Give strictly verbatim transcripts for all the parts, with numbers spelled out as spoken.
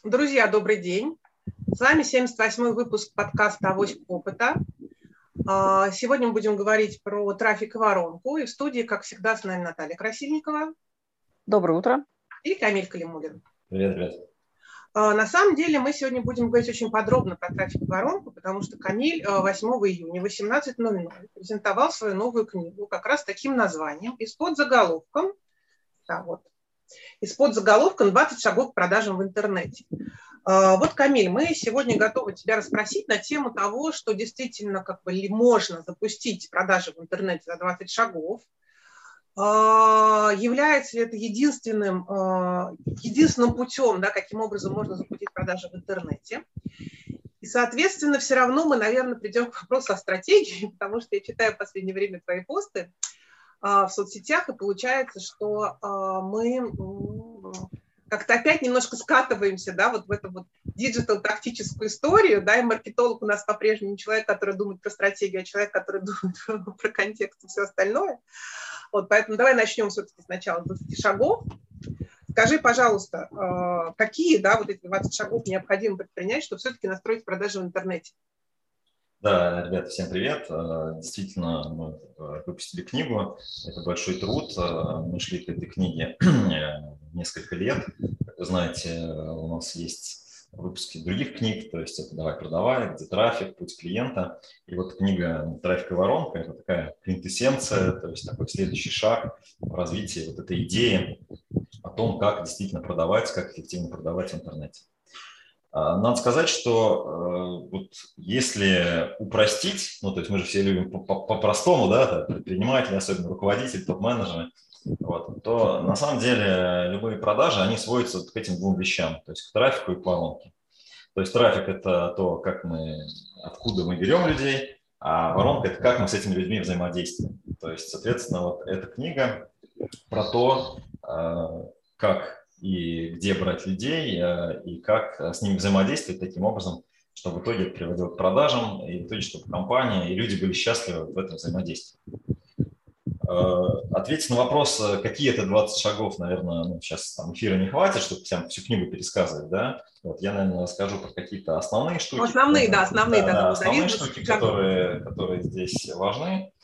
Друзья, добрый день. С вами семьдесят восьмой выпуск подкаста «Авоська опыта». Сегодня мы будем говорить про трафик и воронку. И в студии, как всегда, с нами Наталья Красильникова. Доброе утро. И Камиль Калимуллин. Привет, привет. На самом деле мы сегодня будем говорить очень подробно про трафик и воронку, потому что Камиль восьмого июня в восемнадцать ноль ноль презентовал свою новую книгу как раз с таким названием и с подзаголовком, да, вот, и с подзаголовком «двадцать шагов к продажам в интернете». Вот, Камиль, мы сегодня готовы тебя расспросить на тему того, что действительно как бы можно запустить продажи в интернете за двадцать шагов. Является ли это единственным, единственным путем, да, каким образом можно запустить продажи в интернете? И, соответственно, все равно мы, наверное, придем к вопросу о стратегии, потому что я читаю в последнее время твои посты в соцсетях, и получается, что мы как-то опять немножко скатываемся, да, вот в эту вот диджитал-тактическую историю, да, и маркетолог у нас по-прежнему не человек, который думает про стратегию, а человек, который думает про контекст и все остальное. Вот, поэтому давай начнем все-таки сначала с двадцати шагов. Скажи, пожалуйста, какие, да, вот эти двадцать шагов необходимо предпринять, чтобы все-таки настроить продажи в интернете? Да, ребята, всем привет. Действительно, мы выпустили книгу. Это большой труд. Мы шли к этой книге несколько лет. Как вы знаете, у нас есть выпуски других книг, то есть это «Давай продавай», где трафик, путь клиента. И вот книга «Трафик и воронка» – это такая квинтэссенция, то есть такой следующий шаг в развитии вот этой идеи о том, как действительно продавать, как эффективно продавать в интернете. Надо сказать, что вот если упростить, ну, то есть мы же все любим по-простому, да, предприниматели, особенно руководители, топ-менеджеры, вот, то на самом деле любые продажи, они сводятся к этим двум вещам, то есть к трафику и к воронке. То есть трафик – это то, как мы, откуда мы берем людей, а воронка – это как мы с этими людьми взаимодействуем. То есть, соответственно, вот эта книга про то, как и где брать людей, и как с ними взаимодействовать таким образом, чтобы в итоге это приводило к продажам, и в итоге, чтобы компания и люди были счастливы в этом взаимодействии. Ответить на вопрос, какие это двадцать шагов, наверное, ну, сейчас там эфира не хватит, чтобы всем всю книгу пересказывать, да. Вот я, наверное, расскажу про какие-то основные штуки. Основные, да, основные, да, да, да, основные штуки, которые, которые здесь важны.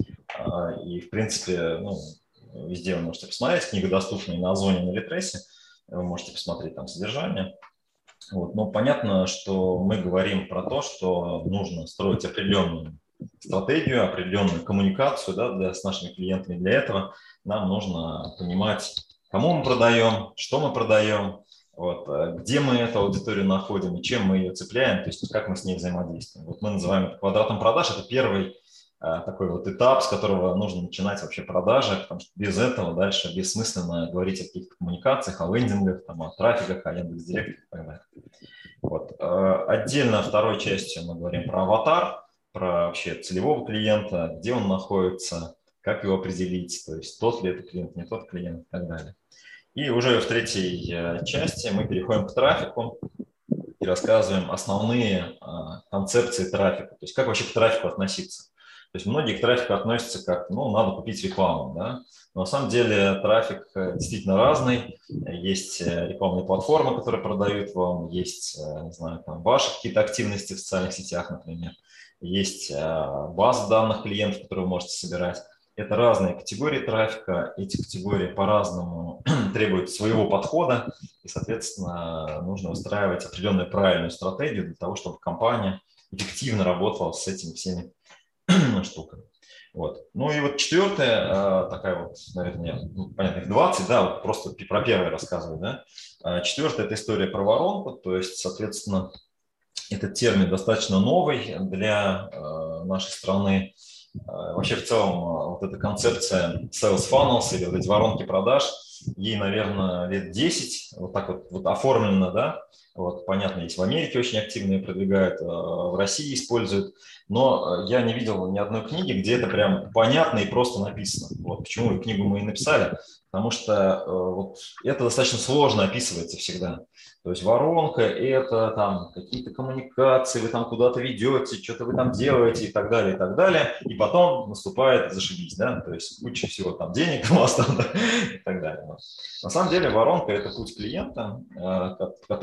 И, в принципе, ну, везде вы можете посмотреть, книга доступна и на Озоне, и на Литресе. Вы можете посмотреть там содержание. Вот. Но понятно, что мы говорим про то, что нужно строить определенную стратегию, определенную коммуникацию, да, для, с нашими клиентами. Для этого нам нужно понимать, кому мы продаем, что мы продаем, вот, где мы эту аудиторию находим и чем мы ее цепляем, то есть как мы с ней взаимодействуем. Вот мы называем это квадратом продаж. Это первый такой вот этап, с которого нужно начинать вообще продажи, потому что без этого дальше бессмысленно говорить о каких-то коммуникациях, о лендингах, там, о трафиках, о Яндекс.Директе и так далее. Вот. Отдельно второй частью мы говорим про аватар, про вообще целевого клиента, где он находится, как его определить, то есть тот ли это клиент, не тот клиент и так далее. И уже в третьей части мы переходим к трафику и рассказываем основные концепции трафика, то есть как вообще к трафику относиться. То есть многие к трафику относятся как, ну, надо купить рекламу, да? Но на самом деле трафик действительно разный. Есть рекламные платформы, которые продают вам, есть, не знаю, там, ваши какие-то активности в социальных сетях, например. Есть база данных клиентов, которые вы можете собирать. Это разные категории трафика. Эти категории по-разному требуют своего подхода. И, соответственно, нужно выстраивать определенную правильную стратегию для того, чтобы компания эффективно работала с этими всеми штуками. Вот. Ну и вот четвертая, такая вот, наверное, ну, понятно, их двадцать, да, вот просто про первое рассказываю, да. Четвертая – это история про воронку, то есть, соответственно, этот термин достаточно новый для нашей страны. Вообще, в целом, вот эта концепция sales funnels или вот эти воронки продаж, ей, наверное, лет десять, вот так вот, вот оформлено, да. Вот, понятно, есть в Америке очень активно ее продвигают, в России используют, но я не видел ни одной книги, где это прям понятно и просто написано. Вот почему книгу мы и написали, потому что вот это достаточно сложно описывается всегда. То есть воронка – это там какие-то коммуникации, вы там куда-то ведете, что-то вы там делаете и так далее, и так далее. И потом наступает зашибись, да, то есть куча всего там денег у вас там, да, и так далее. На самом деле воронка – это путь клиента, в котором мы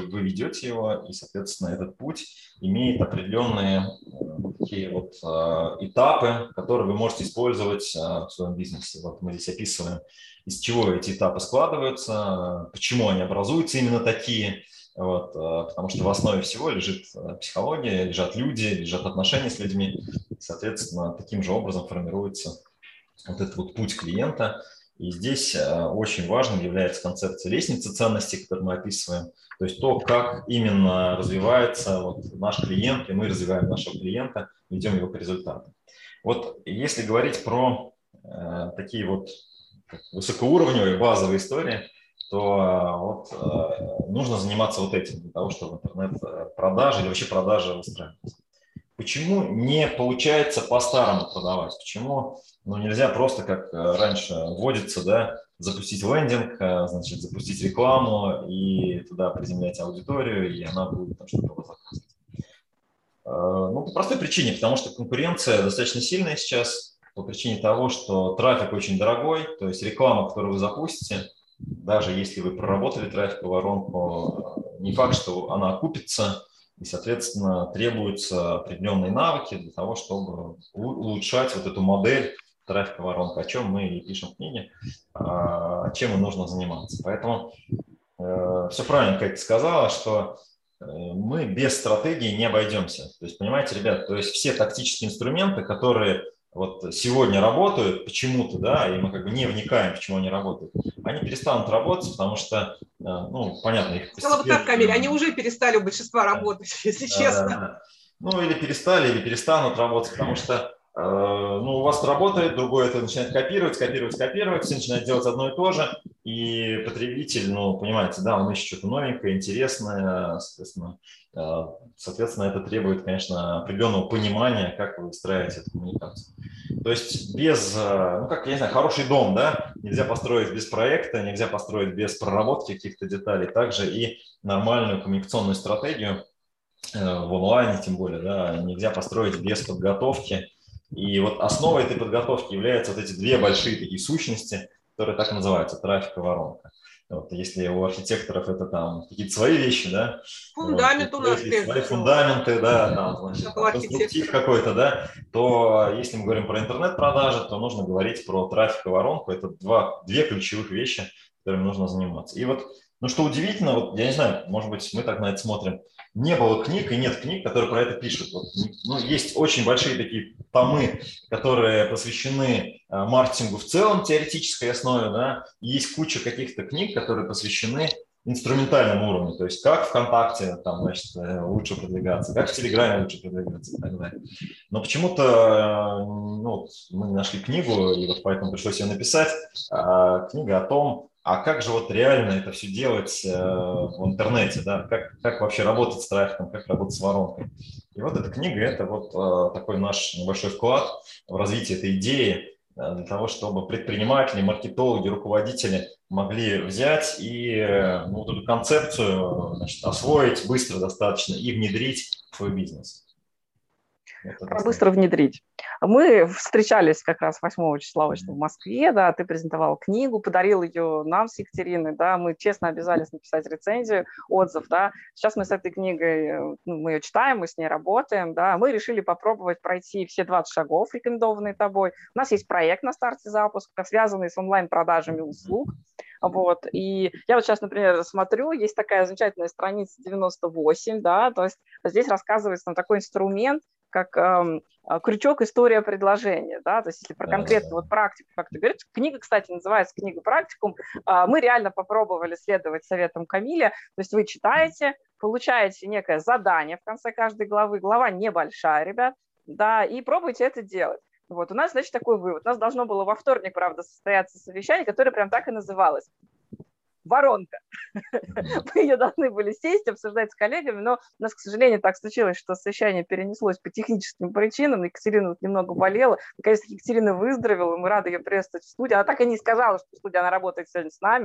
вы ведете его, и, соответственно, этот путь имеет определенные такие вот этапы, которые вы можете использовать в своем бизнесе. Вот мы здесь описываем, из чего эти этапы складываются, почему они образуются именно такие. Вот, потому что в основе всего лежит психология, лежат люди, лежат отношения с людьми. Соответственно, таким же образом формируется вот этот вот путь клиента. И здесь очень важным является концепция лестницы ценностей, которую мы описываем. То есть то, как именно развивается вот наш клиент, и мы развиваем нашего клиента, ведем его к результату. Вот если говорить про э, такие вот высокоуровневые базовые истории, то вот, э, нужно заниматься вот этим для того, чтобы интернет-продажи или вообще продажи выстраивать. Почему не получается по-старому продавать? Почему ну, нельзя просто, как раньше вводится, да, запустить лендинг, значит, запустить рекламу и туда приземлять аудиторию, и она будет там что-то заказывать? Ну, по простой причине, потому что конкуренция достаточно сильная сейчас, по причине того, что трафик очень дорогой, то есть реклама, которую вы запустите, даже если вы проработали трафиковую воронку, не факт, что она окупится, и, соответственно, требуются определенные навыки для того, чтобы улучшать вот эту модель трафиковой воронки, о чем мы и пишем в книге, чем им нужно заниматься. Поэтому э, все правильно, как ты сказала, что мы без стратегии не обойдемся. То есть, понимаете, ребят, то есть все тактические инструменты, которые вот сегодня работают почему-то, да, и мы как бы не вникаем, почему они работают, они перестанут работать, потому что, ну, понятно, их постепенно... Сказала бы так, Камиль, они уже перестали у большинства работать, если да, честно. Да, да. Ну, или перестали, или перестанут работать, потому что, э, ну, у вас работает, другой это начинает копировать, копировать, копировать, все начинают делать одно и то же, и потребитель, ну, понимаете, да, он ищет что-то новенькое, интересное, соответственно, э, соответственно, это требует, конечно, определенного понимания, как вы выстраиваете эту коммуникацию. То есть без, ну, как, я не знаю, хороший дом, да, нельзя построить без проекта, нельзя построить без проработки каких-то деталей, также и нормальную коммуникационную стратегию в онлайне, тем более, да, нельзя построить без подготовки. И вот основой этой подготовки являются вот эти две большие такие сущности, которые так и называются, трафиковая воронка. Вот, если у архитекторов это там какие-то свои вещи, да, фундамент вот, у нас свои фундаменты, да, там, значит, там, конструктив какой-то, да, то если мы говорим про интернет-продажи, то нужно говорить про трафиковую воронку. Это два, две ключевых вещи, которыми нужно заниматься. И вот, ну что удивительно, вот я не знаю, может быть, мы так на это смотрим, не было книг и нет книг, которые про это пишут. Вот, ну, есть очень большие такие томы, которые посвящены а, маркетингу в целом, теоретической основе, да, и есть куча каких-то книг, которые посвящены инструментальному уровню, то есть как ВКонтакте там, значит, лучше продвигаться, как в Телеграме лучше продвигаться и так далее. Но почему-то ну, вот мы нашли книгу, и вот поэтому пришлось ее написать, а, книга о том, а как же вот реально это все делать э, в интернете, да, как, как вообще работать с трафиком, как работать с воронкой. И вот эта книга – это вот э, такой наш небольшой вклад в развитие этой идеи э, для того, чтобы предприниматели, маркетологи, руководители могли взять и э, ну, вот эту концепцию, значит, освоить быстро достаточно и внедрить в свой бизнес. Как быстро внедрить. Мы встречались как раз восьмого числа в Москве, да, ты презентовал книгу, подарил ее нам с Екатериной, да, мы честно обязались написать рецензию, отзыв, да. Сейчас мы с этой книгой, ну, мы ее читаем, мы с ней работаем, да, мы решили попробовать пройти все двадцать шагов, рекомендованные тобой. У нас есть проект на старте запуска, связанный с онлайн-продажами услуг. Вот. И я вот сейчас, например, смотрю, есть такая замечательная страница девяносто восемь, да, то есть здесь рассказывается на такой инструмент, как э, крючок «История предложения». Да? То есть если про конкретную вот практику, как ты говоришь, книга, кстати, называется «Книга практикум». Э, мы реально попробовали следовать советам Камиля. То есть вы читаете, получаете некое задание в конце каждой главы. Глава небольшая, ребят, да, и пробуйте это делать. Вот, у нас, значит, такой вывод. У нас должно было во вторник, правда, состояться совещание, которое прям так и называлось. Воронка. Мы ее должны были сесть, обсуждать с коллегами, но у нас, к сожалению, так случилось, что совещание перенеслось по техническим причинам. Екатерина вот немного болела. Наконец-то Екатерина выздоровела, мы рады ее приветствовать в студии. Она так и не сказала, что в студии она работает сегодня с нами.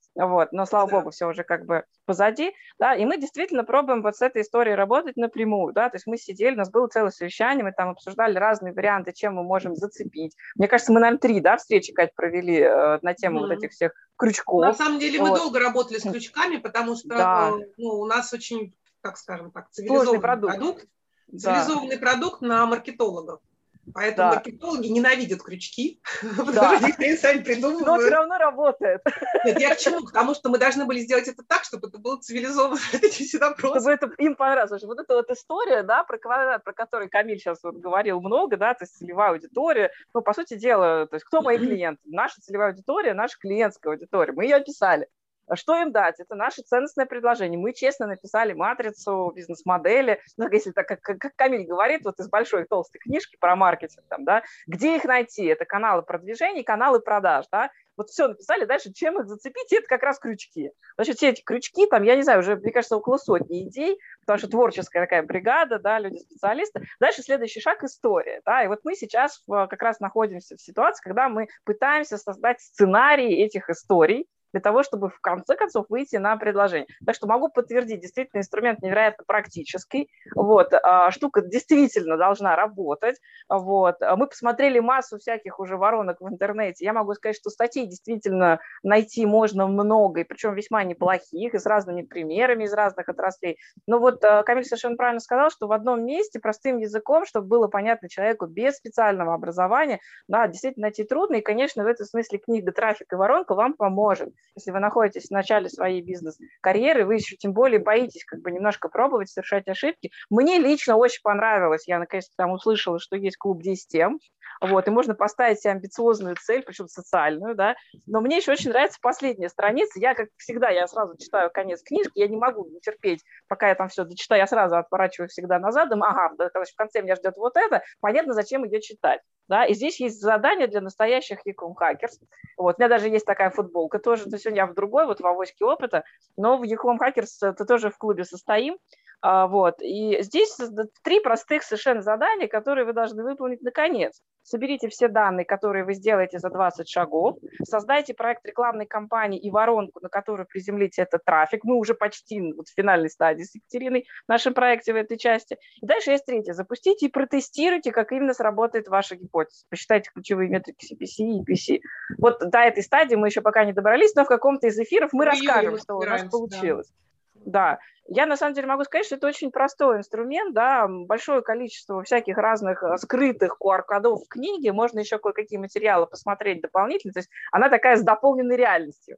Вот, но, слава богу, все уже как бы позади, да, и мы действительно пробуем вот с этой историей работать напрямую, да, то есть мы сидели, у нас было целое совещание, мы там обсуждали разные варианты, чем мы можем зацепить. Мне кажется, мы, наверное, три, да, встречи, Кать, провели э, на тему mm-hmm. вот этих всех крючков. На самом деле мы вот. долго работали с крючками, потому что да. э, ну, у нас очень, так скажем так, цивилизованный продукт, продукт да. цивилизованный продукт на маркетологов. Поэтому да. маркетологи ненавидят крючки, да. потому что они сами придумывают. Но все равно работает. Нет, я к чему? К тому, что мы должны были сделать это так, чтобы это было цивилизованно, эти все вопросы. Чтобы это им понравилось. Вот эта вот история, да, про, про которую Камиль сейчас вот говорил много, да, то есть целевая аудитория, ну, по сути дела, то есть кто мои клиенты? Наша целевая аудитория, наша клиентская аудитория. Мы ее описали. Что им дать? Это наше ценностное предложение. Мы честно написали матрицу, бизнес-модели. Ну, если так, как, как Камиль говорит, вот из большой толстой книжки про маркетинг, там, да, где их найти? Это каналы продвижения, каналы продаж, да. Вот все написали, дальше чем их зацепить, и это как раз крючки. Значит, все эти крючки, там, я не знаю, уже, мне кажется, около сотни идей, потому что творческая такая бригада, да, люди-специалисты. Дальше следующий шаг – история, да, и вот мы сейчас как раз находимся в ситуации, когда мы пытаемся создать сценарий этих историй, для того, чтобы в конце концов выйти на предложение. Так что могу подтвердить, действительно, инструмент невероятно практический. Вот, штука действительно должна работать. Вот. Мы посмотрели массу всяких уже воронок в интернете. Я могу сказать, что статей действительно найти можно много, и причем весьма неплохих, и с разными примерами из разных отраслей. Но вот Камиль совершенно правильно сказал, что в одном месте простым языком, чтобы было понятно человеку без специального образования, да, действительно найти трудно, и, конечно, в этом смысле книга «Трафик и воронка» вам поможет. Если вы находитесь в начале своей бизнес-карьеры, вы еще тем более боитесь как бы немножко пробовать, совершать ошибки. Мне лично очень понравилось. Я наконец-то там услышала, что есть клуб десять эм, вот, и можно поставить себе амбициозную цель, причем социальную, да. Но мне еще очень нравится последняя страница. Я, как всегда, я сразу читаю конец книжки, я не могу терпеть, пока я там все дочитаю, я сразу отворачиваю всегда назад, думаю, ага, да, в конце меня ждет вот это, понятно, зачем ее читать. Да, и здесь есть задание для настоящих e-com hackers. Вот, у меня даже есть такая футболка тоже, то сегодня я в другой, вот в авоське опыта, но в e-com hackers это тоже в клубе состоим. А, вот, и здесь три простых совершенно задания, которые вы должны выполнить наконец. Соберите все данные, которые вы сделаете за двадцать шагов, создайте проект рекламной кампании и воронку, на которую приземлите этот трафик. Мы уже почти вот в финальной стадии с Екатериной в нашем проекте в этой части. И дальше есть третье. Запустите и протестируйте, как именно сработает ваша гипотеза. Посчитайте ключевые метрики си пи си и и пи си. Вот до этой стадии мы еще пока не добрались, но в каком-то из эфиров мы расскажем, что у нас получилось. Да. Да, я на самом деле могу сказать, что это очень простой инструмент, да, большое количество всяких разных скрытых ку ар-кодов в книге, можно еще кое-какие материалы посмотреть дополнительно, то есть она такая с дополненной реальностью.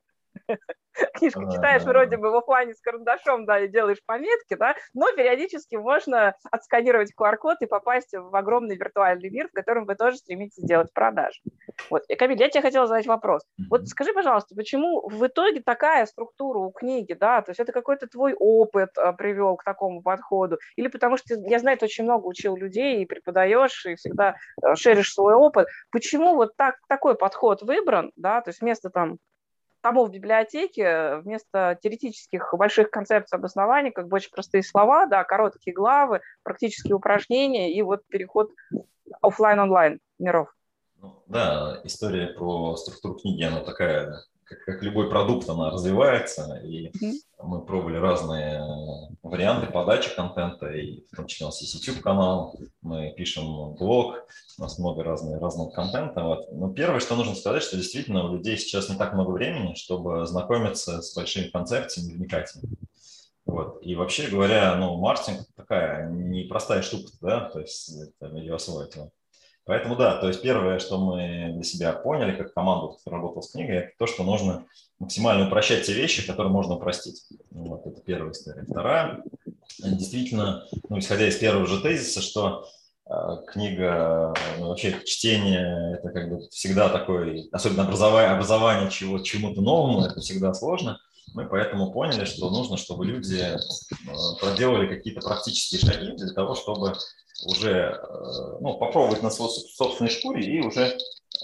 Книжку читаешь вроде бы в офлайне с карандашом, да, и делаешь пометки, да, но периодически можно отсканировать ку ар-код и попасть в огромный виртуальный мир, в котором вы тоже стремитесь делать продажи. Вот, и, Камиль, я тебе хотела задать вопрос. Вот скажи, пожалуйста, почему в итоге такая структура у книги, да, то есть это какой-то твой опыт а, привел к такому подходу, или потому что, я знаю, ты очень много учил людей и преподаешь, и всегда а, шеришь свой опыт. Почему вот так, такой подход выбран, да, то есть вместо там томов в библиотеке, вместо теоретических больших концепций обоснований, как бы очень простые слова, да, короткие главы, практические упражнения и вот переход офлайн-онлайн миров. Ну, да, история про структуру книги, она такая, как, как любой продукт, она развивается, и mm-hmm. мы пробовали разные варианты подачи контента, и в том числе у нас есть YouTube-канал, мы пишем блог, у нас много разного, разного контента. Вот. Но первое, что нужно сказать, что действительно у людей сейчас не так много времени, чтобы знакомиться с большими концепциями, вникать. Вот. И вообще говоря, ну, маркетинг такая непростая штука, да, то есть это, ее освоить. Поэтому да, то есть первое, что мы для себя поняли, как команда, которая работала с книгой, это то, что нужно максимально упрощать те вещи, которые можно упростить. Вот, это первая история. Вторая, действительно, ну, исходя из первого же тезиса, что э, книга, ну, вообще чтение, это как бы всегда такое, особенно образование, образование чего, чему-то новому, это всегда сложно. Мы поэтому поняли, что нужно, чтобы люди э, проделали какие-то практические шаги для того, чтобы уже ну, попробовать на свой собственной шкуре и уже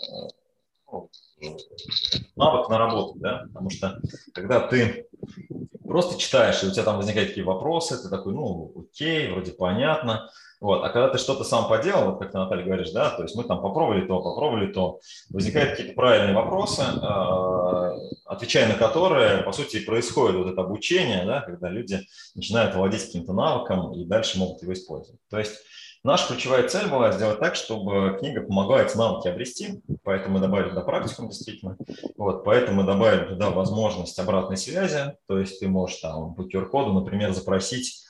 ну, навык наработать, да, потому что когда ты просто читаешь, и у тебя там возникают такие вопросы, ты такой, ну, окей, вроде понятно, Вот. А когда ты что-то сам поделал, вот как ты, Наталья, говоришь, да, то есть мы там попробовали то, попробовали то, возникают какие-то правильные вопросы, отвечая на которые, по сути, происходит вот это обучение, да, когда люди начинают владеть каким-то навыком и дальше могут его использовать. То есть наша ключевая цель была сделать так, чтобы книга помогла эти навыки обрести, поэтому мы добавили туда практикум действительно, вот, поэтому мы добавили туда возможность обратной связи, то есть ты можешь там по ку ар коду, например, запросить,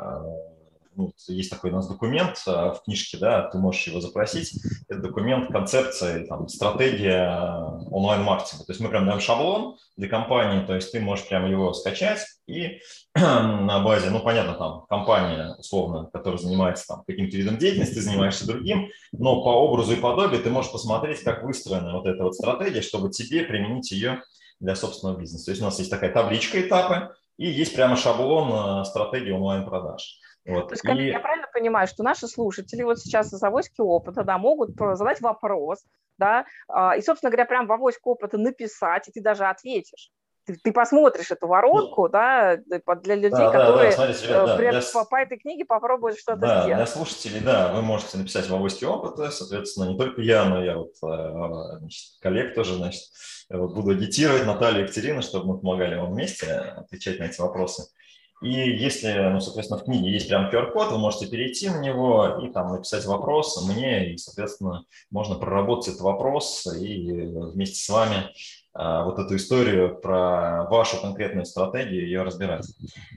ну, есть такой у нас документ в книжке, да, ты можешь его запросить, это документ концепции, там, стратегия онлайн-маркетинга, то есть мы прям даем шаблон для компании, то есть ты можешь прям его скачать и на базе, ну, понятно, там, компания, условно, которая занимается там каким-то видом деятельности, ты занимаешься другим, но по образу и подобию ты можешь посмотреть, как выстроена вот эта вот стратегия, чтобы тебе применить ее для собственного бизнеса. То есть у нас есть такая табличка этапы и есть прямо шаблон стратегии онлайн-продаж. Вот. То есть, Камиль, и... я правильно понимаю, что наши слушатели вот сейчас из авоськи опыта, да, могут задать вопрос, да, и, собственно говоря, прям в авоське опыта написать, и ты даже ответишь. Ты, ты посмотришь эту воронку, ну, да, для людей, да, которые да, да. Смотрите, ребят, да, при, для... по, по этой книге попробуют что-то да, сделать. Для слушателей, да, вы можете написать в авоське опыта, соответственно, не только я, но я вот, значит, коллег тоже, значит, вот буду агитировать, Наталью и Екатерину, чтобы мы помогали вам вместе отвечать на эти вопросы. И если, ну, соответственно, в книге есть прям ку ар код, вы можете перейти на него и там написать вопрос мне, и, соответственно, можно проработать этот вопрос и вместе с вами а, вот эту историю про вашу конкретную стратегию ее разбирать.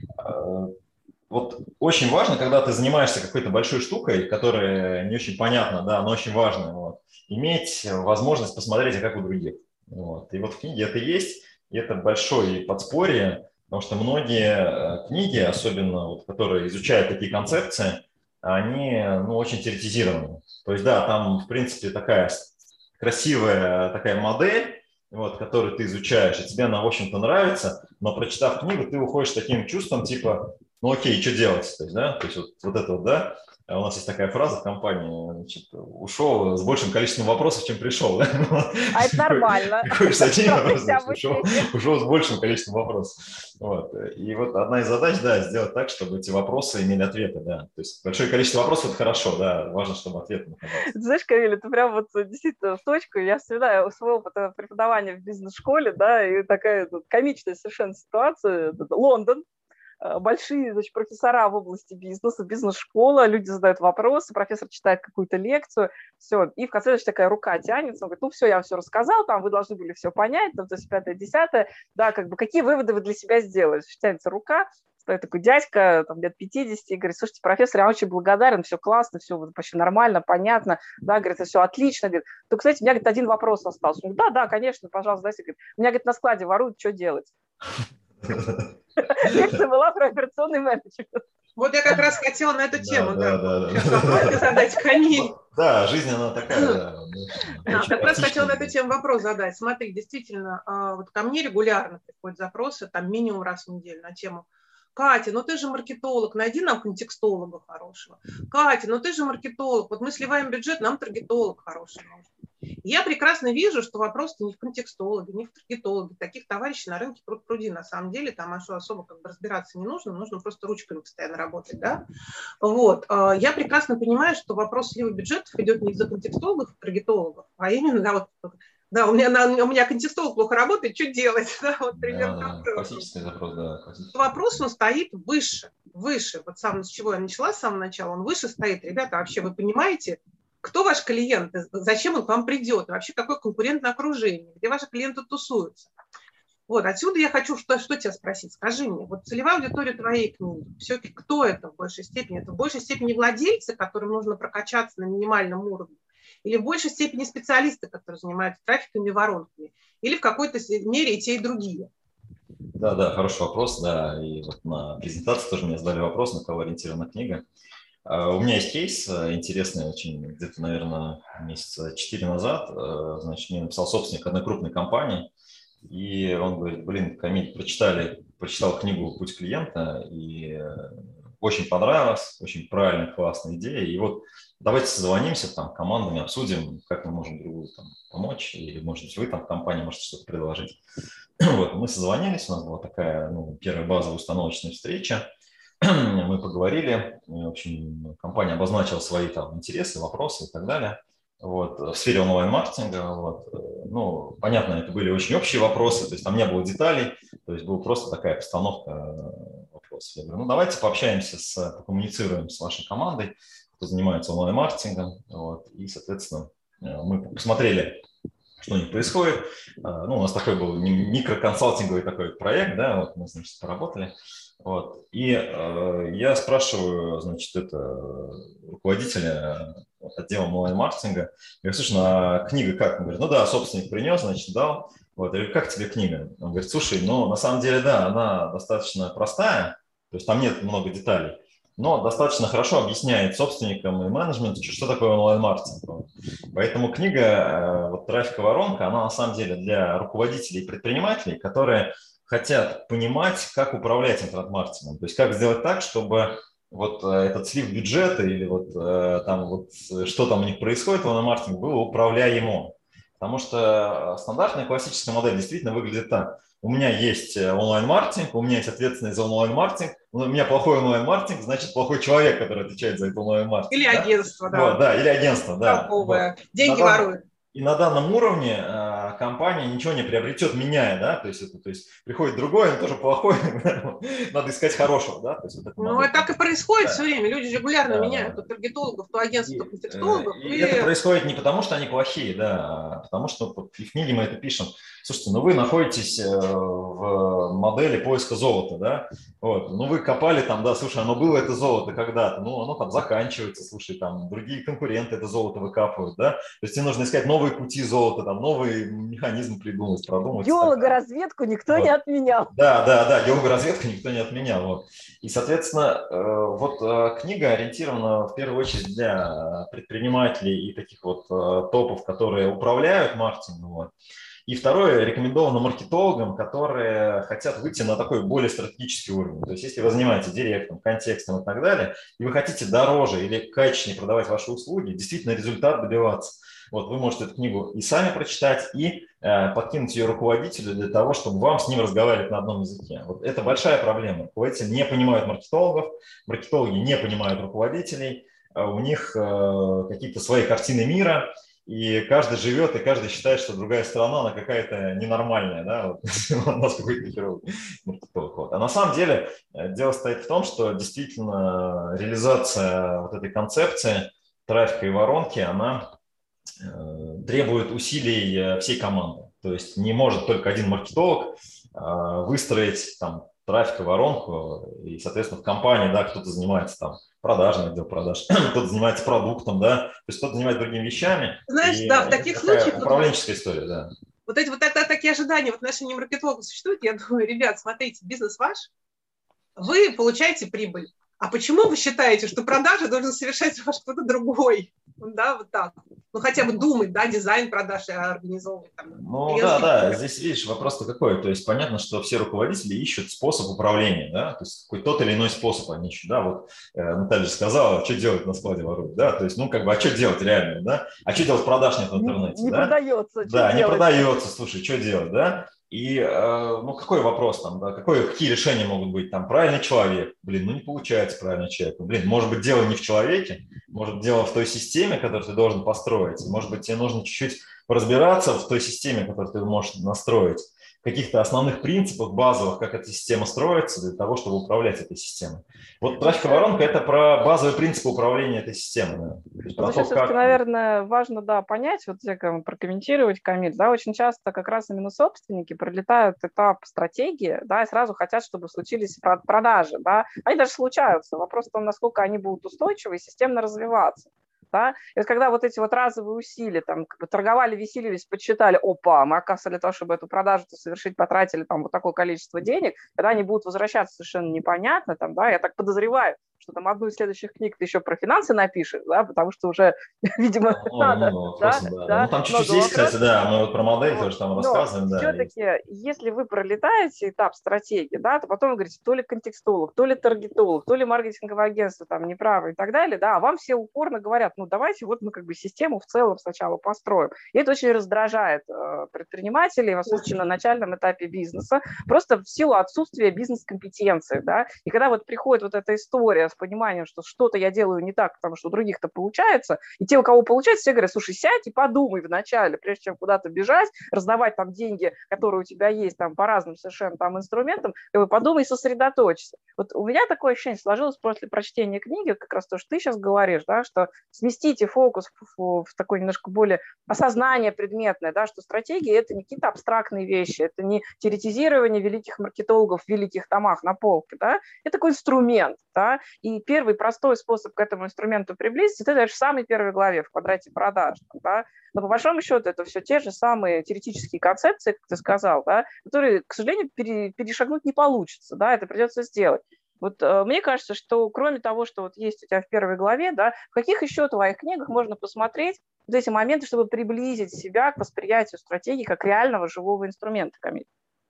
А, вот очень важно, когда ты занимаешься какой-то большой штукой, которая не очень понятна, да, но очень важная, вот, иметь возможность посмотреть, а как у других. Вот. И вот в книге это есть, и это большое подспорье. Потому что многие книги, особенно вот, которые изучают такие концепции, они, ну, очень теоретизированы. То есть, да, там, в принципе, такая красивая такая модель, вот, которую ты изучаешь, и тебе она, в общем-то, нравится, но, прочитав книгу, ты уходишь с таким чувством, типа, ну, окей, что делать? То есть, да, то есть вот, вот это вот, да, у нас есть такая фраза в компании, значит, ушел с большим количеством вопросов, чем пришел. Да? А это нормально. Приходишь с одним вопросом, ушел, ушел с большим количеством вопросов. Вот. И вот одна из задач, да, сделать так, чтобы эти вопросы имели ответы, да. То есть большое количество вопросов – это хорошо, да, важно, чтобы ответы находились. Знаешь, Камиль, это прям вот действительно в точку. Я вспоминаю свой опыт преподавания в бизнес-школе, да, и такая вот комичная совершенно ситуация. Лондон. Большие, значит, профессора в области бизнеса, бизнес-школа, люди задают вопросы, профессор читает какую-то лекцию, все, и в конце, значит, такая рука тянется, он говорит, ну, все, я все рассказал, там, вы должны были все понять, там, то есть пятое, десятое, да, как бы, какие выводы вы для себя сделали? Тянется рука, стоит такой дядька, там, лет пятьдесят, и говорит, слушайте, профессор, я очень благодарен, все классно, все вообще нормально, понятно, да, говорит, все отлично, говорит, только, кстати, у меня, говорит, один вопрос остался. Он говорит, да, да, конечно, пожалуйста, дайте, говорит, у меня, говорит, на складе воруют, что делать? Лекция была про операционный менеджмент. Вот я как раз хотела на эту тему, да, вопрос задать, Камиль. Да, жизнь она такая. Как раз хотела на эту тему вопрос задать. Смотри, действительно, вот ко мне регулярно приходят запросы, там минимум раз в неделю на тему: Катя, ну ты же маркетолог, найди нам контекстолога хорошего. Катя, ну ты же маркетолог, вот мы сливаем бюджет, нам таргетолог хороший нужен. Я прекрасно вижу, что вопрос-то не в контекстологе, не в таргетологе. Таких товарищей на рынке пруд-пруди. На самом деле там особо как бы разбираться не нужно, нужно просто ручками постоянно работать. Да? Вот. Я прекрасно понимаю, что вопрос слива бюджетов идет не из-за контекстологов и таргетологов, а именно, да, вот, да, у меня, на, у меня контекстолог плохо работает, что делать? Да, вот примерно. Да, классический запрос, да. Классический. Вопрос, он стоит выше, выше. Вот сам, с чего я начала, с самого начала, он выше стоит. Ребята, вообще вы понимаете, кто ваш клиент, зачем он к вам придет, вообще какое конкурентное окружение, где ваши клиенты тусуются. Вот, отсюда я хочу что, что тебя спросить. Скажи мне, вот целевая аудитория твоей книги, все-таки кто это в большей степени? Это в большей степени владельцы, которым нужно прокачаться на минимальном уровне? Или в большей степени специалисты, которые занимаются трафиками и воронками? Или в какой-то мере и те, и другие? Да, да, хороший вопрос, да. И вот на презентации тоже мне задали вопрос, на кого ориентирована книга. У меня есть кейс интересный очень, где-то, наверное, месяца четыре назад. Значит, мне написал собственник одной крупной компании, и он говорит: блин, Камиль, прочитали, прочитал книгу «Путь клиента», и очень понравилось, очень правильная, классная идея. И вот давайте созвонимся там командами, обсудим, как мы можем другу там помочь, или, может быть, вы там в компании можете что-то предложить. Вот, мы созвонились, у нас была такая, ну, первая базовая установочная встреча. мы поговорили, в общем, компания обозначила свои там интересы, вопросы и так далее. Вот, в сфере онлайн-маркетинга. Вот. Ну, понятно, это были очень общие вопросы, то есть там не было деталей, то есть была просто такая постановка вопросов. Я говорю, ну давайте пообщаемся, с, покоммуницируем с вашей командой, кто занимается онлайн-маркетингом. Вот, и, соответственно, мы посмотрели, что у них происходит. Ну, у нас такой был микроконсалтинговый такой проект, да, вот мы, значит, поработали. Вот. И э, я спрашиваю, значит, это руководителя отдела онлайн-маркетинга. Я говорю, слушай, ну, а книга как? Он говорит, ну да, собственник принес, значит, дал. Вот. Я говорю, как тебе книга? Он говорит, слушай, ну, на самом деле, да, она достаточно простая, то есть там нет много деталей, но достаточно хорошо объясняет собственникам и менеджменту, что такое онлайн-маркетинг. Поэтому книга вот, «Трафиковая воронка», она на самом деле для руководителей и предпринимателей, которые хотят понимать, как управлять интернет-маркетингом. То есть как сделать так, чтобы вот этот слив бюджета или вот там вот что там у них происходит в онлайн-маркетинге было управляемо. Потому что стандартная классическая модель действительно выглядит так. У меня есть онлайн-маркетинг, у меня есть ответственность за онлайн-маркетинг, у меня плохой онлайн-маркетинг, значит, плохой человек, который отвечает за это онлайн-маркетинг. Или да? агентство, да. Вот, да, или агентство, да. Вот. Деньги на воруют. И на данном уровне э, компания ничего не приобретет, меняя, да, то есть, это, то есть приходит другой, он тоже плохой, надо искать хорошего, да. То есть, вот ну, это так и происходит да. все время, люди регулярно да, меняют да. то таргетологов, то агентств, и, то контекстологов. И, и и это происходит не потому, что они плохие, да, а потому что вот, в книге мы это пишем. Слушайте, ну вы находитесь в модели поиска золота, да, вот, ну вы копали там, да, слушай, оно было это золото когда-то, ну оно там заканчивается, слушай, там другие конкуренты это золото выкапывают, да, то есть тебе нужно искать новые пути золота, там новый механизм придумать, продумать. Геологоразведку никто вот. не отменял. Да, да, да, геологоразведку никто не отменял. Вот. И, соответственно, вот книга ориентирована в первую очередь для предпринимателей и таких вот топов, которые управляют маркетингом. Вот. И второе, рекомендовано маркетологам, которые хотят выйти на такой более стратегический уровень. То есть если вы занимаетесь директом, контекстом и так далее, и вы хотите дороже или качественнее продавать ваши услуги, действительно результат добиваться. Вот, вы можете эту книгу и сами прочитать, и э, подкинуть ее руководителю для того, чтобы вам с ним разговаривать на одном языке. Вот это большая проблема. Руководители не понимают маркетологов, маркетологи не понимают руководителей, э, у них э, какие-то свои картины мира, и каждый живет, и каждый считает, что другая сторона, она какая-то ненормальная, да, вот, у нас какой-то херовый маркетолог. Вот. А на самом деле дело стоит в том, что действительно реализация вот этой концепции трафика и воронки, она требует усилий всей команды. То есть не может только один маркетолог выстроить там трафик и воронку, и, соответственно, в компании, да, кто-то занимается там продажами, отдел продаж, кто-то занимается продуктом, да, то есть кто-то занимается другими вещами. Знаешь, да, в таких случаях... Управленческая история, да. Вот эти вот тогда такие ожидания в отношении маркетолога существуют. Я думаю, ребят, смотрите, бизнес ваш, вы получаете прибыль. А почему вы считаете, что продажи должен совершать ваш кто-то другой? Да, вот так. Ну, хотя бы думать, да, дизайн продаж организовывать. Там, ну, да, да, здесь, видишь, вопрос-то какой. То есть понятно, что все руководители ищут способ управления, да, то есть какой тот или иной способ они ищут, да, вот э, Наталья же сказала, что делать на складе воруют, да, то есть, ну, как бы, а что делать реально, да, а что делать продаж нет в интернете, не, да? Не продается, да, не делать? продается, слушай, что делать, да? И, э, ну, какой вопрос там, да, какой, какие решения могут быть там, правильный человек, блин, ну, не получается правильный человек, ну, блин, может быть, дело не в человеке, может быть, дело в той системе, которую ты должен построить, может быть, тебе нужно чуть-чуть разбираться в той системе, которую ты можешь настроить, каких-то основных принципах базовых, как эта система строится, для того, чтобы управлять этой системой. Вот трафиковая воронка – это про базовые принципы управления этой системой. Да. Про то, как... наверное, важно, да, понять, вот тебе прокомментировать, Камиль, да, очень часто как раз именно собственники пролетают этап стратегии, да, и сразу хотят, чтобы случились продажи, да, они даже случаются, вопрос в том, насколько они будут устойчивы и системно развиваться. Да? И когда вот эти вот разовые усилия, там, как бы торговали, веселились, подсчитали, опа, мы, оказывается, для того, чтобы эту продажу совершить, потратили там вот такое количество денег, когда они будут возвращаться совершенно непонятно, там, да, я так подозреваю, что там одну из следующих книг ты еще про финансы напишешь, да, потому что уже, видимо, ну, надо. ну, Да, вопросом, да, да. да, Ну, там чуть-чуть много есть, кстати, вопросов. да, мы вот про модель Вот. тоже там Но рассказываем, да. все-таки, если вы пролетаете этап стратегии, да, то потом вы говорите, то ли контекстолог, то ли таргетолог, то ли маркетинговое агентство, там, неправо и так далее, да, а вам все упорно говорят, ну, давайте вот мы как бы систему в целом сначала построим. И это очень раздражает э, предпринимателей, особенно на начальном этапе бизнеса, просто в силу отсутствия бизнес-компетенции, да, и когда вот приходит вот эта история с пониманием, что что-то я делаю не так, потому что у других-то получается, и те, у кого получается, все говорят, слушай, сядь и подумай вначале, прежде чем куда-то бежать, раздавать там деньги, которые у тебя есть там по разным совершенно там инструментам, как бы подумай и сосредоточься. Вот у меня такое ощущение сложилось после прочтения книги, как раз то, что ты сейчас говоришь, да, что сместите фокус в, в такой немножко более осознание предметное, да, что стратегии – это не какие-то абстрактные вещи, это не теоретизирование великих маркетологов в великих томах на полке, да, это такой инструмент, да, и первый простой способ к этому инструменту приблизиться – это даже в самой первой главе, в квадрате продаж, да, но по большому счету это все те же самые теоретические концепции, как ты сказал, да, которые, к сожалению, пере, перешагнуть не получится, да, это придется сделать. Вот э, мне кажется, что кроме того, что вот есть у тебя в первой главе, да, в каких еще твоих книгах можно посмотреть вот эти моменты, чтобы приблизить себя к восприятию стратегии как реального живого инструмента, Камиль?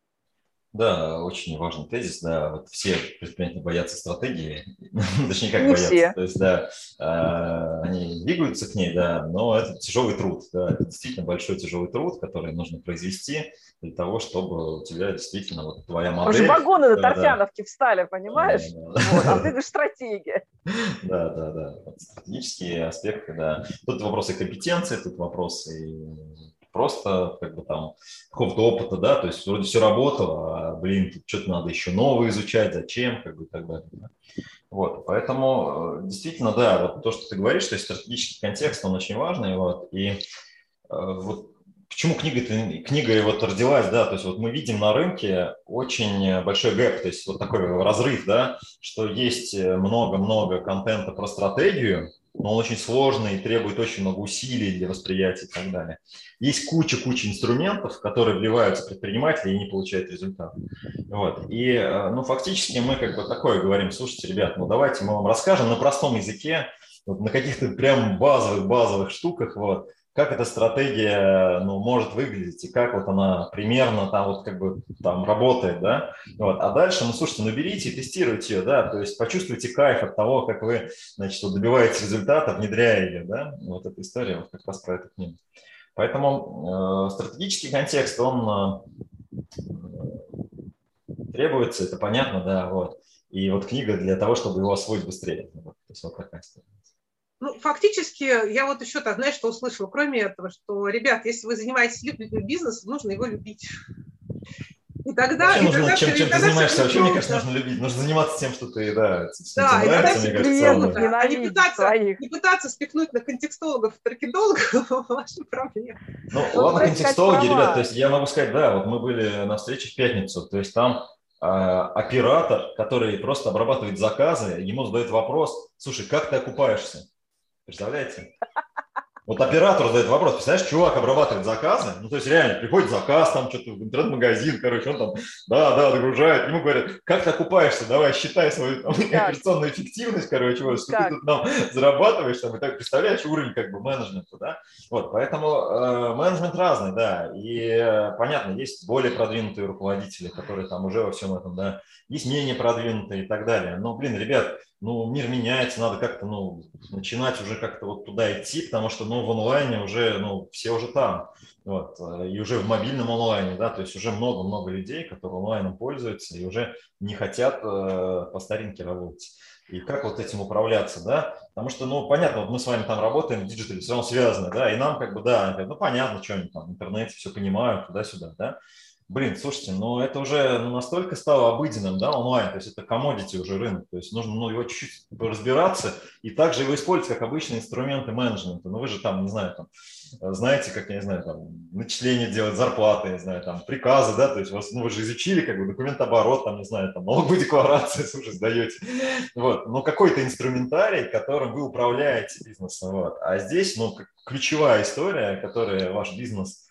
Да, очень важный тезис, да, вот все предприниматели боятся стратегии, точнее, как Не боятся, все. то есть, да, они двигаются к ней, да, но это тяжелый труд, да, это действительно большой тяжелый труд, который нужно произвести для того, чтобы у тебя действительно вот твоя модель. Уже вагоны на да, Торфяновке да. встали, понимаешь? Да, да, да. Вот, а ты говоришь, стратегия. Да, да, да, вот стратегические аспекты, да. Тут вопросы компетенции, тут вопросы просто как бы там какого-то опыта, да, то есть вроде все работало, а, блин, тут что-то надо еще новое изучать, зачем, как бы и так далее. Да. Вот, поэтому действительно, да, вот то, что ты говоришь, то есть стратегический контекст, он очень важный, вот, и вот почему книга, книга вот родилась, да, то есть вот мы видим на рынке очень большой гэп, то есть вот такой разрыв, да, что есть много-много контента про стратегию, но он очень сложный и требует очень много усилий для восприятия и так далее. Есть куча-куча инструментов, которые вливаются в предпринимателя и не получают результат. Вот. И ну, фактически мы как бы такое говорим, слушайте, ребят, ну давайте мы вам расскажем на простом языке, вот, на каких-то прям базовых-базовых штуках, вот, как эта стратегия ну, может выглядеть и как вот она примерно там вот как бы там работает, да, вот. А дальше, ну, слушайте, ну, берите и тестируйте ее, да, то есть почувствуйте кайф от того, как вы, значит, добиваетесь результата, внедряя ее, да, вот эта история вот как раз про эту книгу. Поэтому э, стратегический контекст, он э, требуется, это понятно, да, вот, и вот книга для того, чтобы его освоить быстрее, вот, то есть вот такая история. Ну, фактически, я вот еще так, знаешь, что услышала, кроме этого, что, ребят, если вы занимаетесь бизнесом, нужно его любить. И тогда... Вообще и нужно, тогда чем, все, чем ты занимаешься, вообще, мне кажется, да. нужно любить. Нужно заниматься тем, что ты, да, да, тебе нравится, мне кажется. Да. А не пытаться, не пытаться спихнуть на контекстологов, таргетологов ваши проблемы. Ну, вот ладно, контекстологи, ребят, то есть я могу сказать, да, вот мы были на встрече в пятницу, то есть там э, оператор, который просто обрабатывает заказы, ему задают вопрос, слушай, как ты окупаешься? Представляете? Вот оператор задает вопрос, представляешь, чувак обрабатывает заказы, ну, то есть реально приходит заказ, там что-то в интернет-магазин, короче, он там, да, да, догружает, ему говорят, как ты окупаешься, давай, считай свою там, операционную эффективность, короче, вот, что ты тут нам зарабатываешь, там, и так, представляешь, уровень как бы менеджмента, да, вот, поэтому э, менеджмент разный, да, и э, понятно, есть более продвинутые руководители, которые там уже во всем этом, да, есть менее продвинутые и так далее, но, блин, ребят, ну, мир меняется, надо как-то, ну, начинать уже как-то вот туда идти, потому что, ну, в онлайне уже, ну, все уже там, вот, и уже в мобильном онлайне, да, то есть уже много-много людей, которые онлайном пользуются и уже не хотят э, по старинке работать. И как вот этим управляться, да, потому что, ну, понятно, вот мы с вами там работаем, в диджитале все равно связаны, да, и нам как бы, да, ну, понятно, что они там в интернете все понимают, туда-сюда, да. Блин, слушайте, ну это уже настолько стало обыденным, да, онлайн, то есть это commodity уже рынок, то есть нужно ну, его чуть-чуть разбираться и также его использовать как обычные инструменты менеджмента. Ну вы же там, не знаю, там, знаете, как, я не знаю, там, начисление делать, зарплаты, не знаю, там, приказы, да, то есть вас, ну, вы же изучили, как бы, документооборот, там, не знаю, там, налоговую декларацию, слушай, сдаете, вот, ну какой-то инструментарий, которым вы управляете бизнесом, вот, а здесь, ну, ключевая история, которая ваш бизнес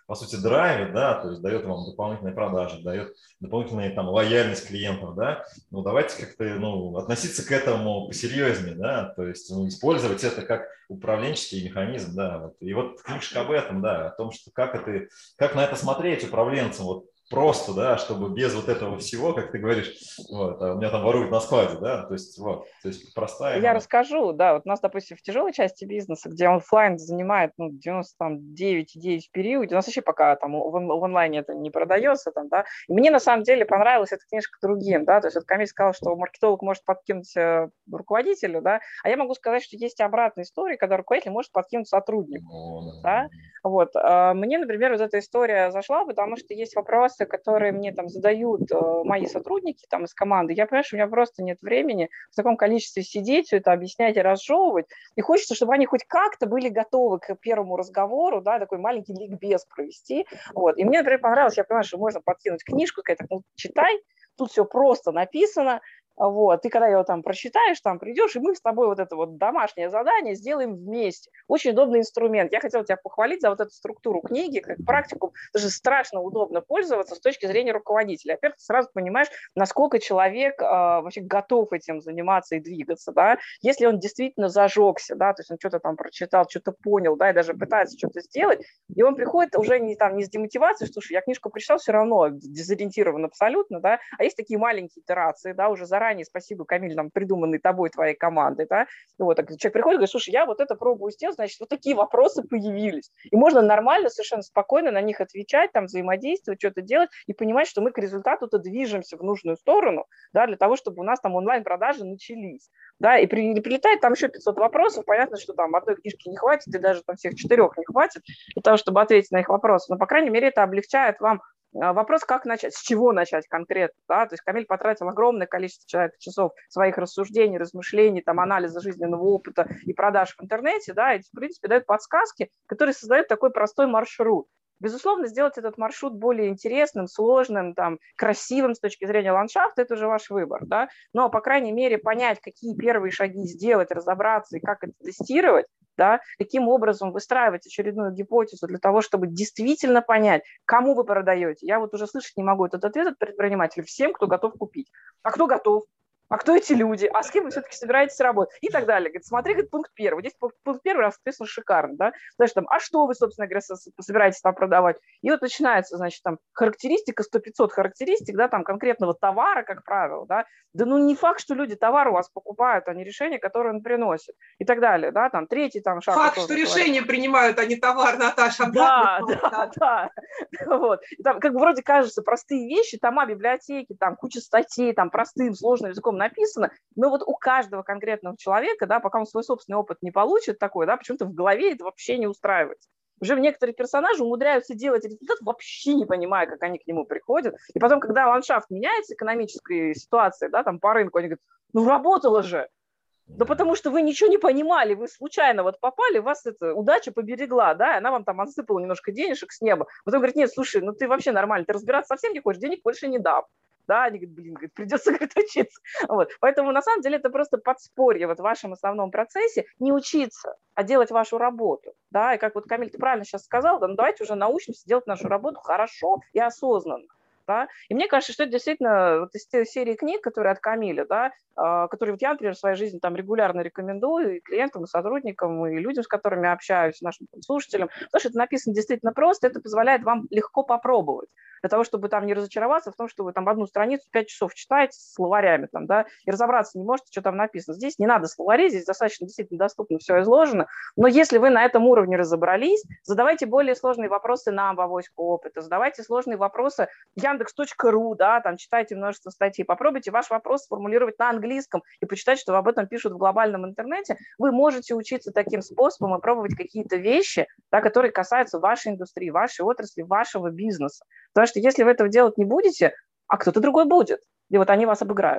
по сути, драйвит, да, то есть дает вам дополнительные продажи, дает дополнительную там лояльность клиентов, да, ну, давайте как-то, ну, относиться к этому посерьезнее, да, то есть ну, использовать это как управленческий механизм, да, вот. И вот книжка об этом, да, о том, что как это, как на это смотреть управленцам, вот, просто, да, чтобы без вот этого всего, как ты говоришь, вот, а у меня там воруют на складе, да, то есть вот, то есть простая. Я расскажу, да, вот у нас, допустим, в тяжелой части бизнеса, где офлайн занимает, ну, девяносто девять целых девять десятых в периоде, у нас вообще пока там в, в онлайне это не продается, там, да, и мне на самом деле понравилась эта книжка другим, да, то есть вот Камиль сказал, что маркетолог может подкинуть руководителю, да, а я могу сказать, что есть обратная история, когда руководитель может подкинуть сотруднику, oh, да, вот, мне, например, вот эта история зашла, потому что есть вопросы, которые мне там задают мои сотрудники там из команды, я понимаю, что у меня просто нет времени в таком количестве сидеть, все это объяснять и разжевывать, и хочется, чтобы они хоть как-то были готовы к первому разговору, да, такой маленький ликбез провести, вот, и мне, например, понравилось, я понимаю, что можно подкинуть книжку, сказать, ну, читай, тут все просто написано, вот, и когда его там прочитаешь, там придешь, и мы с тобой вот это вот домашнее задание сделаем вместе. Очень удобный инструмент. Я хотела тебя похвалить за вот эту структуру книги, как практику, даже страшно удобно пользоваться с точки зрения руководителя. Во-первых, ты сразу понимаешь, насколько человек э, вообще готов этим заниматься и двигаться, да, если он действительно зажегся, да, то есть он что-то там прочитал, что-то понял, да, и даже пытается что-то сделать, и он приходит уже не, там, не с демотивацией, что, слушай, я книжку прочитал, все равно дезориентирован абсолютно, да, а есть такие маленькие итерации, да, уже заранее Ранее, спасибо, Камиль, нам придуманный тобой, твоей командой, да, вот, так, человек приходит и говорит, слушай, я вот это пробую сделать, значит, вот такие вопросы появились, и можно нормально, совершенно спокойно на них отвечать, там, взаимодействовать, что-то делать, и понимать, что мы к результату-то движемся в нужную сторону, да, для того, чтобы у нас там онлайн-продажи начались, да, и при, прилетает там еще пятьсот вопросов, понятно, что там одной книжки не хватит, и даже там всех четырех не хватит для того, чтобы ответить на их вопросы, но, по крайней мере, это облегчает вам вопрос, как начать, с чего начать конкретно, да, то есть Камиль потратил огромное количество человек, часов своих рассуждений, размышлений, там, анализа жизненного опыта и продаж в интернете, да, и, в принципе, дает подсказки, которые создают такой простой маршрут. Безусловно, сделать этот маршрут более интересным, сложным, там, красивым с точки зрения ландшафта – это уже ваш выбор, да, но, по крайней мере, понять, какие первые шаги сделать, разобраться и как это тестировать, да, каким образом выстраивать очередную гипотезу для того, чтобы действительно понять, кому вы продаете. Я вот уже слышать не могу этот ответ от предпринимателя всем, кто готов купить. А кто готов? А кто эти люди? А с кем вы все-таки собираетесь работать? И так далее. Говорит, смотри, говорит, пункт первый. Здесь пункт первый расписан шикарно, да? Значит, там, а что вы, собственно говоря, собираетесь там продавать? И вот начинается, значит, там, характеристика, сто-пятьсот характеристик, да, там, конкретного товара, как правило, да? Да ну не факт, что люди товар у вас покупают, а не решение, которое он приносит. И так далее, да? Там, третий там шаг. Факт, что решение принимают, а не товар, Наташа. Да, да, да. Вот. И там, как бы, вроде кажется, простые вещи, тома библиотеки, там, куча статей, там, простым, сложным языком написано, но вот у каждого конкретного человека, да, пока он свой собственный опыт не получит такой, да, почему-то в голове это вообще не устраивается. Уже некоторые персонажи умудряются делать результат, вообще не понимая, как они к нему приходят. И потом, когда ландшафт меняется, экономическая ситуация, да, там по рынку, они говорят, ну работало же. Да потому что вы ничего не понимали, вы случайно вот попали, вас это удача поберегла, да, и она вам там отсыпала немножко денежек с неба. Потом говорит, нет, слушай, ну ты вообще нормально, ты разбираться совсем не хочешь, денег больше не дам. Да, они говорят, блин, говорит, придется, говорит, учиться. Вот. Поэтому, на самом деле, это просто подспорье вот в вашем основном процессе не учиться, а делать вашу работу. Да, и как вот, Камиль, ты правильно сейчас сказал, да, ну давайте уже научимся делать нашу работу хорошо и осознанно. Да? И мне кажется, что это действительно вот из той серии книг, которые от Камиля, да, которые вот я, например, в своей жизни там регулярно рекомендую и клиентам, и сотрудникам, и людям, с которыми общаюсь, нашим слушателям, потому что это написано действительно просто, это позволяет вам легко попробовать, для того, чтобы там не разочароваться в том, что вы там одну страницу пять часов читаете с словарями, там, да, и разобраться не можете, что там написано. Здесь не надо словарей, здесь достаточно действительно доступно все изложено, но если вы на этом уровне разобрались, задавайте более сложные вопросы нам в авоську опыта, задавайте сложные вопросы яндекс точка ру, да, там читайте множество статей, попробуйте ваш вопрос сформулировать на английском и почитать, что об этом пишут в глобальном интернете. Вы можете учиться таким способом и пробовать какие-то вещи, да, которые касаются вашей индустрии, вашей отрасли, вашего бизнеса. Потому что если вы этого делать не будете, а кто-то другой будет, и вот они вас обыграют.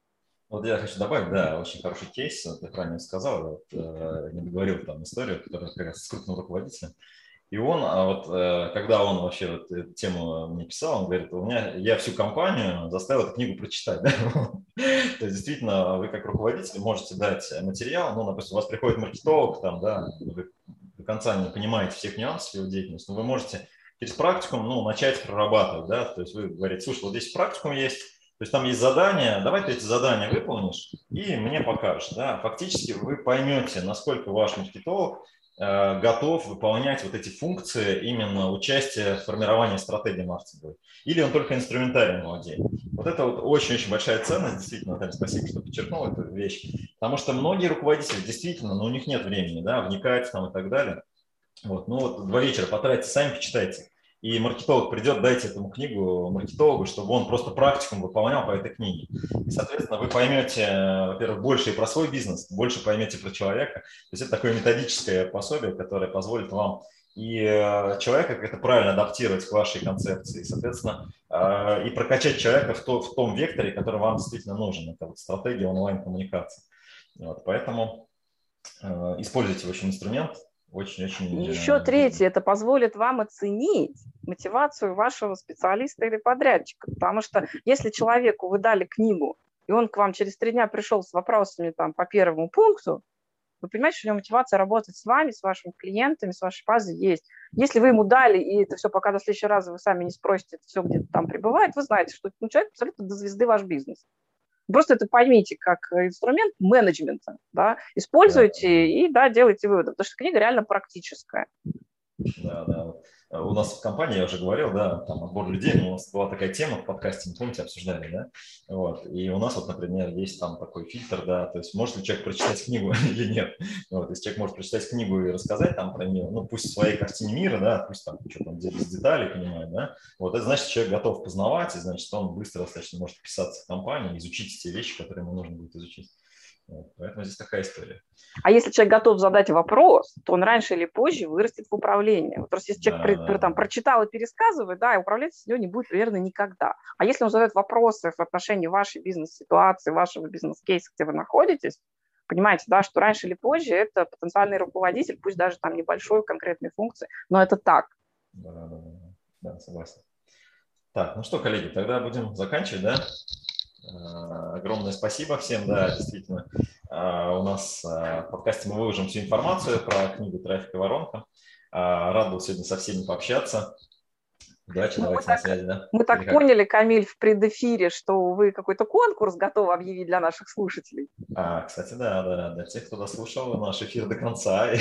Вот я хочу добавить, да, очень хороший кейс, ты правильно сказал, вот, э, не договорил там историю, которая как раз с крупным руководителем. И он, а вот когда он вообще вот эту тему мне писал, он говорит, у меня, я всю компанию заставил эту книгу прочитать. Да? То есть действительно вы как руководитель можете дать материал, ну, допустим, у вас приходит маркетолог, там, да, вы до конца не понимаете всех нюансов его деятельности, но вы можете через практикум, ну, начать прорабатывать, да, то есть вы говорите, слушай, вот здесь практикум есть, то есть там есть задания, давай ты эти задания выполнишь и мне покажешь, да, фактически вы поймете, насколько ваш маркетолог э, готов выполнять вот эти функции именно участия в формировании стратегии маркетинговой, или он только инструментарием владеет. Вот это вот очень-очень большая ценность, действительно, Наталья, спасибо, что подчеркнул эту вещь, потому что многие руководители действительно, ну, у них нет времени, да, вникать там и так далее. Вот, ну вот два вечера потратите, сами почитайте. И маркетолог придет, дайте этому книгу маркетологу, чтобы он просто практикум выполнял по этой книге. И, соответственно, вы поймете, во-первых, больше и про свой бизнес, больше поймете про человека. То есть это такое методическое пособие, которое позволит вам и человека как-то правильно адаптировать к вашей концепции, соответственно, и прокачать человека в, то, в том векторе, который вам действительно нужен. Это вот стратегия онлайн-коммуникации. Вот, поэтому используйте, в общем, инструмент. Очень-очень. Еще третье, это позволит вам оценить мотивацию вашего специалиста или подрядчика. Потому что если человеку вы дали книгу, и он к вам через три дня пришел с вопросами там, по первому пункту, вы понимаете, что у него мотивация работать с вами, с вашими клиентами, с вашей базой есть. Если вы ему дали, и это все пока до следующего раза вы сами не спросите, это все где-то там пребывает, вы знаете, что ну, человек абсолютно до звезды ваш бизнес. Просто это поймите как инструмент менеджмента, да, используйте да. и, да, делайте выводы, потому что книга реально практическая. Да, да. У нас в компании, я уже говорил, да, там отбор людей, у нас была такая тема в подкасте, помните, обсуждали, да, вот, и у нас вот, например, есть там такой фильтр, да, то есть может ли человек прочитать книгу или нет, вот, если человек может прочитать книгу и рассказать там про нее, ну, пусть в своей картине мира, да, пусть там что-то там без деталей понимает, да, вот, это значит, человек готов познавать, и значит, он быстро достаточно может вписаться в компанию, изучить те вещи, которые ему нужно будет изучить. Вот, поэтому здесь такая история. А если человек готов задать вопрос, то он раньше или позже вырастет в управление. Вот просто если человек да, при, да. Там, прочитал и пересказывает, да, и управлять с него не будет примерно никогда. А если он задает вопросы в отношении вашей бизнес-ситуации, вашего бизнес-кейса, где вы находитесь, понимаете, да, что раньше или позже это потенциальный руководитель, пусть даже там небольшой конкретной функции, но это так. Да, да, да, да, согласен. Так, ну что, коллеги, тогда будем заканчивать, да? Огромное спасибо всем, да, действительно. У нас в подкасте мы выложим всю информацию про книгу «Трафик и воронка». Рад был сегодня со всеми пообщаться. Удачи, ну, давайте мы на так, связи, да? Мы так поняли, Камиль, в предэфире, что вы какой-то конкурс готовы объявить для наших слушателей. А, кстати, да, да, для тех, кто дослушал наш эфир до конца.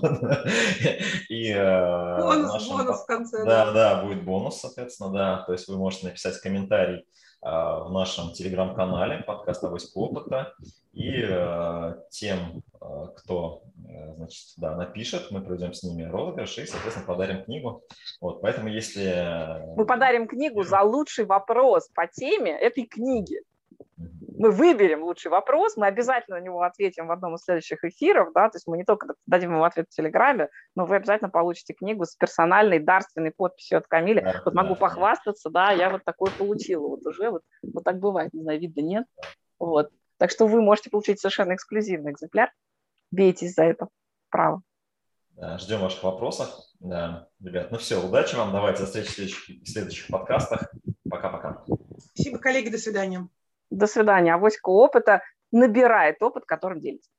И бонус, бонус в конце. Да, да, будет бонус, соответственно, да. То есть вы можете написать комментарий в нашем телеграм-канале подкаст «Авоська опыта». И э, тем, э, кто э, значит, да, напишет, мы проведем с ними розыгрыш и, соответственно, подарим книгу. Вот, поэтому если... Мы подарим книгу за лучший вопрос по теме этой книги. Мы выберем лучший вопрос, мы обязательно на него ответим в одном из следующих эфиров, да, то есть мы не только дадим ему ответ в Телеграме, но вы обязательно получите книгу с персональной дарственной подписью от Камиля. Да, вот да, могу да. похвастаться, да, я вот такое получила, вот уже вот, вот так бывает, не знаю, видно, нет, вот. Так что вы можете получить совершенно эксклюзивный экземпляр, бейтесь за это право. Да, ждем ваших вопросов, да, ребят, ну все, удачи вам, давайте до встречи в следующих, в следующих подкастах, пока-пока. Спасибо, коллеги, до свидания. До свидания. Авоська опыта набирает опыт, которым делится.